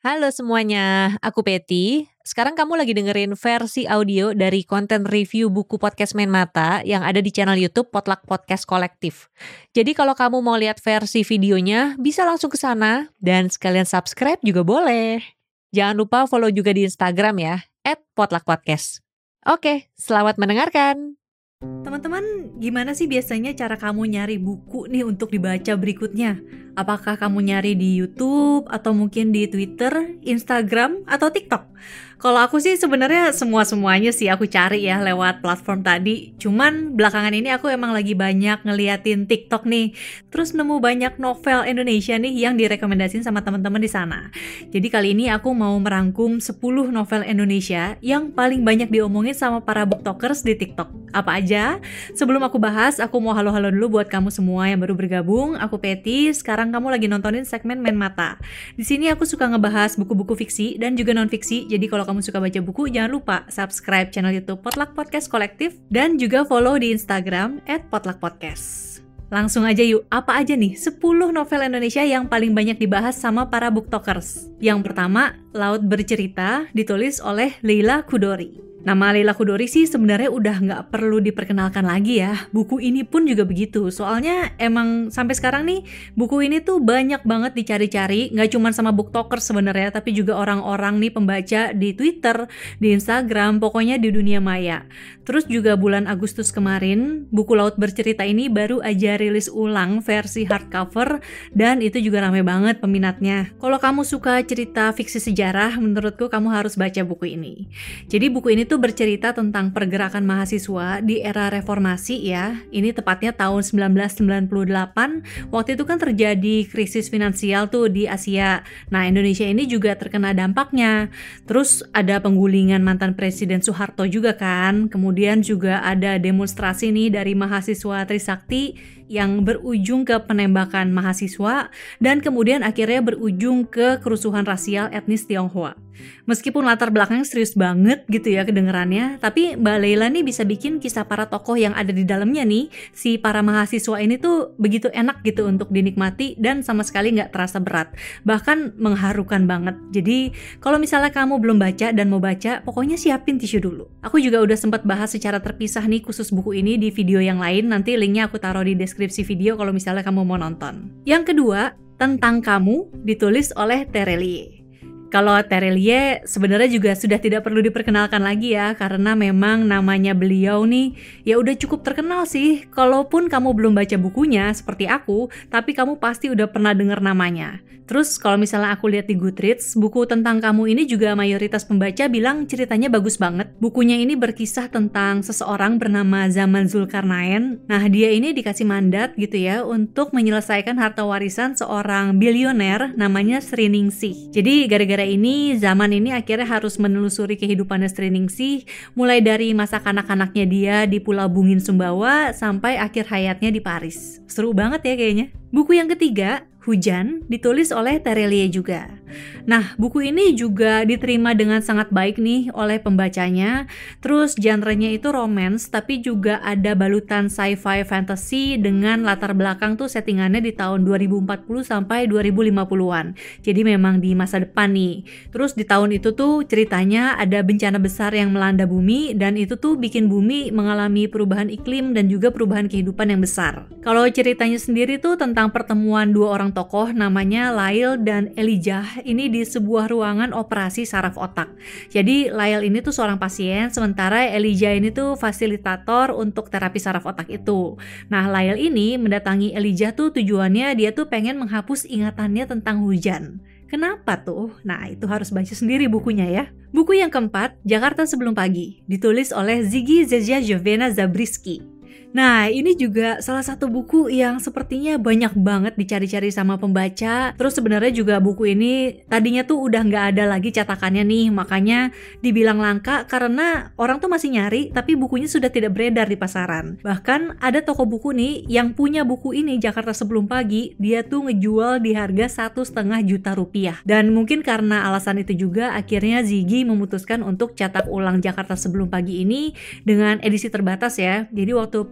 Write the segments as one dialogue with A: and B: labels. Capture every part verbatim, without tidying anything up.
A: Halo semuanya, aku Peti. Sekarang kamu lagi dengerin versi audio dari konten review buku podcast Main Mata yang ada di channel YouTube Potluck Podcast Kolektif. Jadi kalau kamu mau lihat versi videonya, bisa langsung ke sana dan sekalian subscribe juga boleh. Jangan lupa follow juga di Instagram ya, at potluck podcast. Oke, selamat mendengarkan.
B: Teman-teman, gimana sih biasanya cara kamu nyari buku nih untuk dibaca berikutnya? Apakah kamu nyari di YouTube atau mungkin di Twitter, Instagram, atau TikTok? Kalau aku sih sebenarnya semua-semuanya sih aku cari ya lewat platform tadi. Cuman belakangan ini aku emang lagi banyak ngeliatin TikTok nih. Terus nemu banyak novel Indonesia nih yang direkomendasiin sama teman-teman di sana. Jadi kali ini aku mau merangkum sepuluh novel Indonesia yang paling banyak diomongin sama para booktokers di TikTok. Apa aja? Sebelum aku bahas, aku mau halo-halo dulu buat kamu semua yang baru bergabung. Aku Peti, sekarang kamu lagi nontonin segmen Main Mata. Di sini aku suka ngebahas buku-buku fiksi dan juga non-fiksi. Jadi kalau kamu suka baca buku, jangan lupa subscribe channel YouTube Potluck Podcast Kolektif dan juga follow di Instagram at potluck podcast. Langsung aja yuk, apa aja nih sepuluh novel Indonesia yang paling banyak dibahas sama para booktokers? Yang pertama, Laut Bercerita, ditulis oleh Leila Chudori. Nama Leila Chudori sih sebenarnya udah nggak perlu diperkenalkan lagi ya. Buku ini pun juga begitu. Soalnya emang sampai sekarang nih buku ini tuh banyak banget dicari-cari. Nggak cuma sama booktokers sebenarnya, tapi juga orang-orang nih pembaca di Twitter, di Instagram, pokoknya di dunia maya. Terus juga bulan Agustus kemarin, buku Laut Bercerita ini baru aja rilis ulang versi hardcover dan itu juga rame banget peminatnya. Kalau kamu suka cerita fiksi sejarah, menurutku kamu harus baca buku ini. Jadi buku ini tuh bercerita tentang pergerakan mahasiswa di era reformasi ya. Ini tepatnya tahun sembilan belas sembilan puluh delapan. Waktu itu kan terjadi krisis finansial tuh di Asia. Nah, Indonesia ini juga terkena dampaknya. Terus ada penggulingan mantan Presiden Soeharto juga kan. Kemudian juga ada demonstrasi nih dari mahasiswa Trisakti yang berujung ke penembakan mahasiswa dan kemudian akhirnya berujung ke kerusuhan rasial etnis Tionghoa. Meskipun latar belakangnya serius banget gitu ya kedengerannya, tapi Mbak Leila nih bisa bikin kisah para tokoh yang ada di dalamnya nih, si para mahasiswa ini tuh begitu enak gitu untuk dinikmati dan sama sekali nggak terasa berat, bahkan mengharukan banget. Jadi kalau misalnya kamu belum baca dan mau baca, pokoknya siapin tisu dulu. Aku juga udah sempat bahas secara terpisah nih khusus buku ini di video yang lain, nanti linknya aku taruh di deskripsi video kalau misalnya kamu mau nonton. Yang kedua, Tentang Kamu, ditulis oleh Terelie. Kalau Terelie sebenarnya juga sudah tidak perlu diperkenalkan lagi ya, karena memang namanya beliau nih ya udah cukup terkenal sih. Kalaupun kamu belum baca bukunya seperti aku, tapi kamu pasti udah pernah dengar namanya. Terus kalau misalnya aku lihat di Goodreads, buku Tentang Kamu ini juga mayoritas pembaca bilang ceritanya bagus banget. Bukunya ini berkisah tentang seseorang bernama Zaman Zulkarnain. Nah, dia ini dikasih mandat gitu ya untuk menyelesaikan harta warisan seorang bilioner namanya Sri Ningsih. Jadi gara-gara ini Zaman ini akhirnya harus menelusuri kehidupannya Sri Ningsih, mulai dari masa kanak-kanaknya dia di Pulau Bungin Sumbawa sampai akhir hayatnya di Paris. Seru banget ya kayaknya. Buku yang ketiga, Hujan, ditulis oleh Terelie juga. Nah, buku ini juga diterima dengan sangat baik nih oleh pembacanya. Terus genrenya itu romance, tapi juga ada balutan sci-fi fantasy dengan latar belakang tuh settingannya di tahun dua ribu empat puluh sampai dua ribu lima puluhan. Jadi memang di masa depan nih. Terus di tahun itu tuh ceritanya ada bencana besar yang melanda bumi dan itu tuh bikin bumi mengalami perubahan iklim dan juga perubahan kehidupan yang besar. Kalau ceritanya sendiri tuh tentang pertemuan dua orang tokoh namanya Lail dan Elijah ini di sebuah ruangan operasi saraf otak. Jadi Lail ini tuh seorang pasien, sementara Elijah ini tuh fasilitator untuk terapi saraf otak itu. Nah, Lail ini mendatangi Elijah tuh tujuannya dia tuh pengen menghapus ingatannya tentang hujan. Kenapa tuh? Nah, itu harus baca sendiri bukunya ya. Buku yang keempat, Jakarta Sebelum Pagi, ditulis oleh Ziggy Zezia-Jovena Zabriskie. Nah, ini juga salah satu buku yang sepertinya banyak banget dicari-cari sama pembaca. Terus sebenarnya juga buku ini tadinya tuh udah nggak ada lagi cetakannya nih, makanya dibilang langka karena orang tuh masih nyari, tapi bukunya sudah tidak beredar di pasaran. Bahkan ada toko buku nih yang punya buku ini Jakarta Sebelum Pagi, dia tuh ngejual di harga satu setengah juta rupiah. Dan mungkin karena alasan itu juga akhirnya Ziggy memutuskan untuk cetak ulang Jakarta Sebelum Pagi ini dengan edisi terbatas ya. Jadi waktu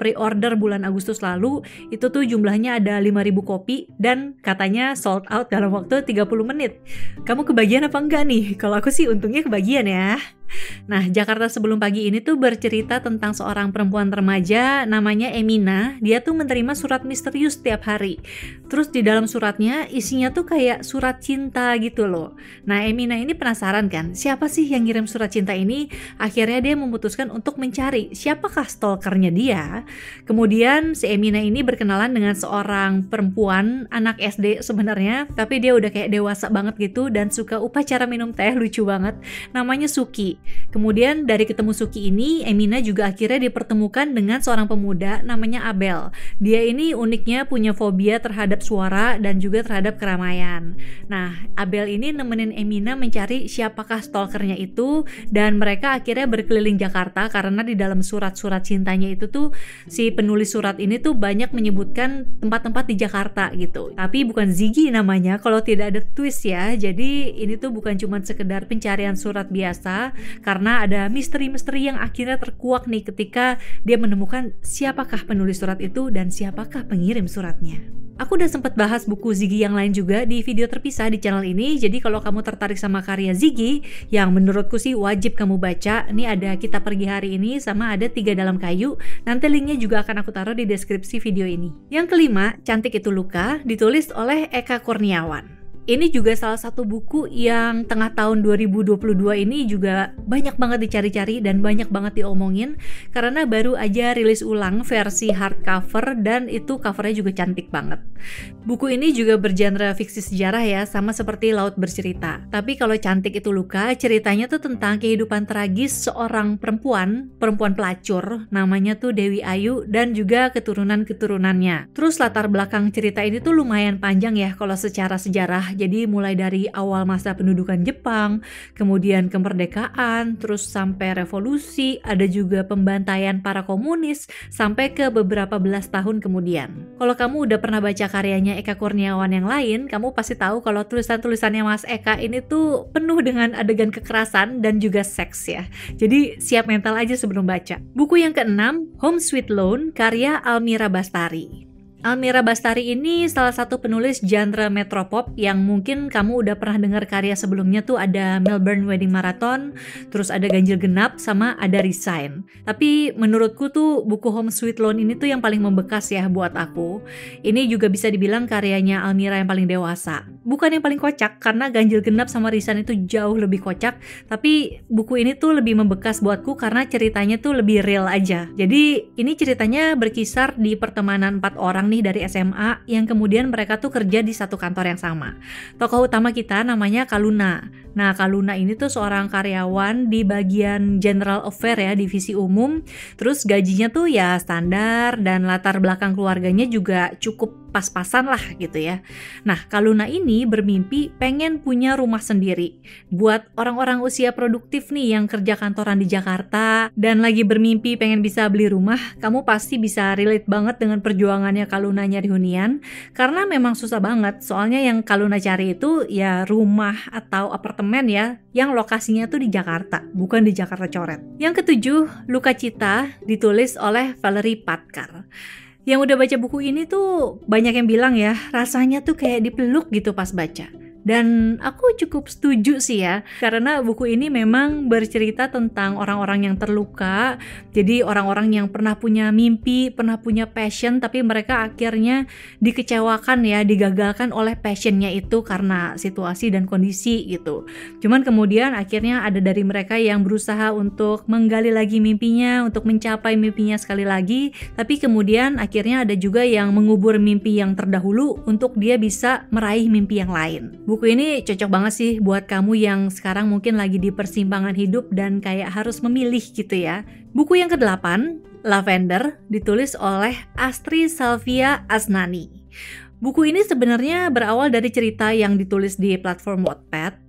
B: pre-order bulan Agustus lalu, itu tuh jumlahnya ada lima ribu kopi dan katanya sold out dalam waktu tiga puluh menit. Kamu kebagian apa enggak nih? Kalau aku sih untungnya kebagian ya. Nah, Jakarta Sebelum Pagi ini tuh bercerita tentang seorang perempuan remaja namanya Emina. Dia tuh menerima surat misterius setiap hari. Terus di dalam suratnya isinya tuh kayak surat cinta gitu loh. Nah, Emina ini penasaran kan, siapa sih yang ngirim surat cinta ini? Akhirnya dia memutuskan untuk mencari siapakah stalkernya dia. Kemudian si Emina ini berkenalan dengan seorang perempuan, anak S D sebenarnya, tapi dia udah kayak dewasa banget gitu dan suka upacara minum teh, lucu banget. Namanya Suki. Kemudian dari ketemu Suki ini, Emina juga akhirnya dipertemukan dengan seorang pemuda namanya Abel. Dia ini uniknya punya fobia terhadap suara dan juga terhadap keramaian. Nah, Abel ini nemenin Emina mencari siapakah stalkernya itu, dan mereka akhirnya berkeliling Jakarta karena di dalam surat-surat cintanya itu tuh si penulis surat ini tuh banyak menyebutkan tempat-tempat di Jakarta gitu. Tapi bukan Ziggy namanya kalau tidak ada twist ya. Jadi ini tuh bukan cuma sekedar pencarian surat biasa, karena ada misteri-misteri yang akhirnya terkuak nih ketika dia menemukan siapakah penulis surat itu dan siapakah pengirim suratnya. Aku udah sempat bahas buku Ziggy yang lain juga di video terpisah di channel ini, jadi kalau kamu tertarik sama karya Ziggy yang menurutku sih wajib kamu baca, ini ada Kita Pergi Hari Ini sama ada Tiga Dalam Kayu, nanti linknya juga akan aku taruh di deskripsi video ini. Yang kelima, Cantik Itu Luka, ditulis oleh Eka Kurniawan. Ini juga salah satu buku yang tengah tahun dua ribu dua puluh dua ini juga banyak banget dicari-cari dan banyak banget diomongin karena baru aja rilis ulang versi hardcover dan itu covernya juga cantik banget. Buku ini juga bergenre fiksi sejarah ya, sama seperti Laut Bercerita. Tapi kalau Cantik Itu Luka, ceritanya tuh tentang kehidupan tragis seorang perempuan, perempuan pelacur, namanya tuh Dewi Ayu dan juga keturunan-keturunannya. Terus latar belakang cerita ini tuh lumayan panjang ya kalau secara sejarah. Jadi mulai dari awal masa pendudukan Jepang, kemudian kemerdekaan, terus sampai revolusi, ada juga pembantaian para komunis, sampai ke beberapa belas tahun kemudian. Kalau kamu udah pernah baca karyanya Eka Kurniawan yang lain, kamu pasti tahu kalau tulisan-tulisannya Mas Eka ini tuh penuh dengan adegan kekerasan dan juga seks ya. Jadi siap mental aja sebelum baca. Buku yang keenam, Home Sweet Loan, karya Almira Bastari. Almira Bastari ini salah satu penulis genre metropop yang mungkin kamu udah pernah dengar karya sebelumnya tuh ada Melbourne Wedding Marathon, terus ada Ganjil Genap, sama ada Resign. Tapi menurutku tuh buku Home Sweet Loan ini tuh yang paling membekas ya buat aku. Ini juga bisa dibilang karyanya Almira yang paling dewasa. Bukan yang paling kocak, karena Ganjil Genap sama Resign itu jauh lebih kocak, tapi buku ini tuh lebih membekas buatku karena ceritanya tuh lebih real aja. Jadi ini ceritanya berkisar di pertemanan empat orang nih dari S M A yang kemudian mereka tuh kerja di satu kantor yang sama. Tokoh utama kita namanya Kaluna. Nah, Kaluna ini tuh seorang karyawan di bagian General Affair ya, divisi umum. Terus gajinya tuh ya standar dan latar belakang keluarganya juga cukup pas-pasan lah gitu ya. Nah, Kaluna ini bermimpi pengen punya rumah sendiri. Buat orang-orang usia produktif nih yang kerja kantoran di Jakarta dan lagi bermimpi pengen bisa beli rumah, kamu pasti bisa relate banget dengan perjuangannya Kaluna nyari hunian, karena memang susah banget. Soalnya yang Kaluna cari itu ya rumah atau apartemen ya, yang lokasinya tuh di Jakarta, bukan di Jakarta coret. Yang ketujuh, Luka Cita, ditulis oleh Valerie Patkar. Yang udah baca buku ini tuh banyak yang bilang ya, rasanya tuh kayak dipeluk gitu pas baca. Dan aku cukup setuju sih ya, karena buku ini memang bercerita tentang orang-orang yang terluka. Jadi orang-orang yang pernah punya mimpi, pernah punya passion, tapi mereka akhirnya dikecewakan ya, digagalkan oleh passionnya itu karena situasi dan kondisi gitu. Cuman kemudian akhirnya ada dari mereka yang berusaha untuk menggali lagi mimpinya, untuk mencapai mimpinya sekali lagi, tapi kemudian akhirnya ada juga yang mengubur mimpi yang terdahulu untuk dia bisa meraih mimpi yang lain. Buku ini cocok banget sih buat kamu yang sekarang mungkin lagi di persimpangan hidup dan kayak harus memilih gitu ya. Buku yang kedelapan, Lavender, ditulis oleh Astri Salvia Asnani. Buku ini sebenarnya berawal dari cerita yang ditulis di platform Wattpad,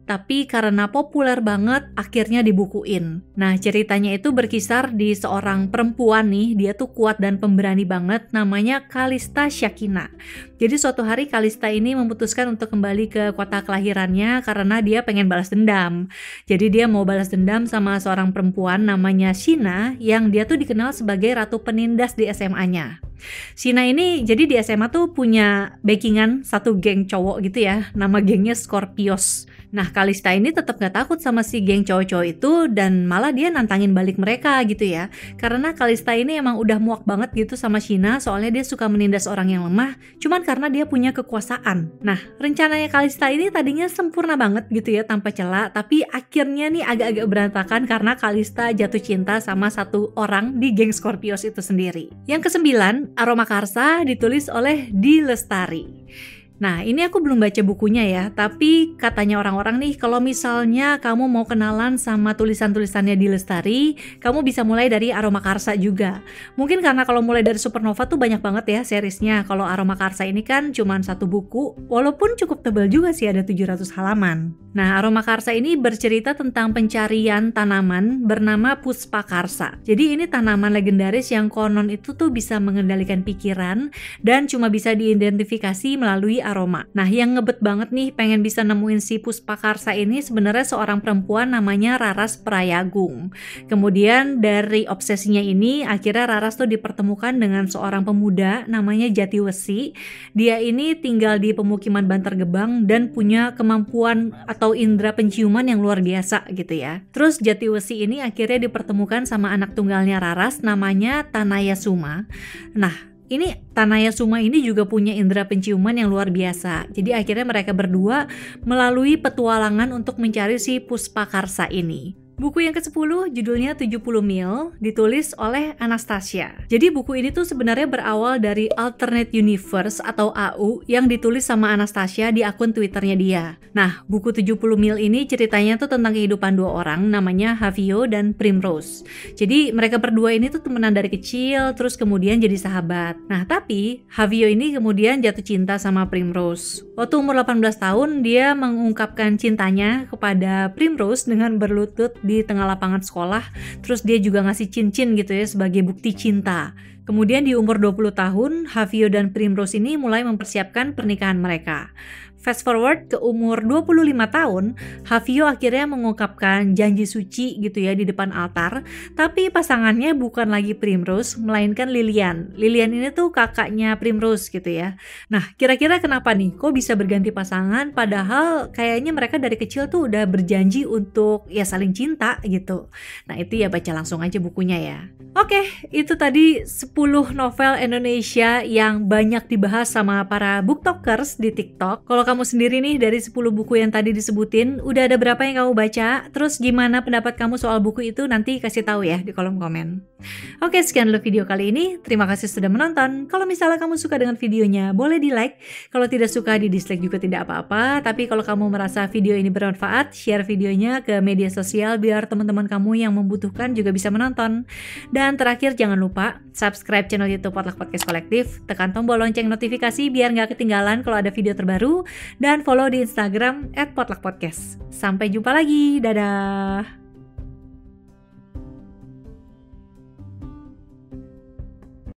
B: tapi karena populer banget akhirnya dibukuin. Nah, ceritanya itu berkisar di seorang perempuan nih, dia tuh kuat dan pemberani banget, namanya Kalista Shakina. Jadi suatu hari Kalista ini memutuskan untuk kembali ke kota kelahirannya karena dia pengen balas dendam. Jadi dia mau balas dendam sama seorang perempuan namanya Shina yang dia tuh dikenal sebagai ratu penindas di S M A-nya. Shina ini jadi di S M A tuh punya backingan satu geng cowok gitu ya, nama gengnya Scorpios. Nah, Kalista ini tetap gak takut sama si geng cowok-cowok itu dan malah dia nantangin balik mereka gitu ya. Karena Kalista ini emang udah muak banget gitu sama Shina, soalnya dia suka menindas orang yang lemah cuman karena dia punya kekuasaan. Nah, rencananya Kalista ini tadinya sempurna banget gitu ya tanpa celah, tapi akhirnya nih agak-agak berantakan karena Kalista jatuh cinta sama satu orang di geng Scorpios itu sendiri. Yang kesembilan, Aromakarsa, ditulis oleh D. Lestari. Nah, ini aku belum baca bukunya ya, tapi katanya orang-orang nih kalau misalnya kamu mau kenalan sama tulisan-tulisannya di Lestari, kamu bisa mulai dari Aromakarsa juga. Mungkin karena kalau mulai dari Supernova tuh banyak banget ya seriesnya. Kalau Aromakarsa ini kan cuma satu buku, walaupun cukup tebal juga sih, ada tujuh ratus halaman. Nah, Aromakarsa ini bercerita tentang pencarian tanaman bernama Puspakarsa. Jadi ini tanaman legendaris yang konon itu tuh bisa mengendalikan pikiran dan cuma bisa diidentifikasi melalui aroma. Nah, yang ngebet banget nih pengen bisa nemuin si Puspakarsa ini sebenarnya seorang perempuan namanya Raras Prayagung. Kemudian dari obsesinya ini akhirnya Raras tuh dipertemukan dengan seorang pemuda namanya Jatiwesi. Dia ini tinggal di pemukiman Bantar Gebang dan punya kemampuan atau indera penciuman yang luar biasa gitu ya. Terus Jatiwesi ini akhirnya dipertemukan sama anak tunggalnya Raras namanya Tanayasuma. Nah, ini Tanayasuma ini juga punya indera penciuman yang luar biasa. Jadi akhirnya mereka berdua melalui petualangan untuk mencari si Puspakarsa ini. Buku yang kesepuluh judulnya tujuh puluh mil, ditulis oleh Anastasia. Jadi buku ini tuh sebenarnya berawal dari Alternate Universe atau A U yang ditulis sama Anastasia di akun Twitternya dia. Nah, buku tujuh puluh mil ini ceritanya tuh tentang kehidupan dua orang namanya Havio dan Primrose. Jadi mereka berdua ini tuh temenan dari kecil, terus kemudian jadi sahabat. Nah, tapi Havio ini kemudian jatuh cinta sama Primrose. Waktu umur delapan belas tahun, dia mengungkapkan cintanya kepada Primrose dengan berlutut di tengah lapangan sekolah, terus dia juga ngasih cincin gitu ya sebagai bukti cinta. Kemudian di umur dua puluh tahun, Havio dan Primrose ini mulai mempersiapkan pernikahan mereka. Fast forward ke umur dua puluh lima tahun, Havio akhirnya mengungkapkan janji suci gitu ya di depan altar, tapi pasangannya bukan lagi Primrose, melainkan Lilian. Lilian ini tuh kakaknya Primrose gitu ya. Nah, kira-kira kenapa nih kok bisa berganti pasangan padahal kayaknya mereka dari kecil tuh udah berjanji untuk ya saling cinta gitu. Nah, itu ya baca langsung aja bukunya ya. Oke, itu tadi sepuluh novel Indonesia yang banyak dibahas sama para booktokers di TikTok. Kalau kamu sendiri nih dari sepuluh buku yang tadi disebutin, udah ada berapa yang kamu baca? Terus gimana pendapat kamu soal buku itu? Nanti kasih tahu ya di kolom komen. Oke, sekian dulu video kali ini. Terima kasih sudah menonton. Kalau misalnya kamu suka dengan videonya, boleh di like. Kalau tidak suka, di dislike juga tidak apa-apa. Tapi kalau kamu merasa video ini bermanfaat, share videonya ke media sosial biar teman-teman kamu yang membutuhkan juga bisa menonton. Dan terakhir, jangan lupa subscribe channel YouTube Potluck Podcast Kolektif, tekan tombol lonceng notifikasi biar nggak ketinggalan kalau ada video terbaru, dan follow di Instagram at potluck podcast. Sampai jumpa lagi, dadah!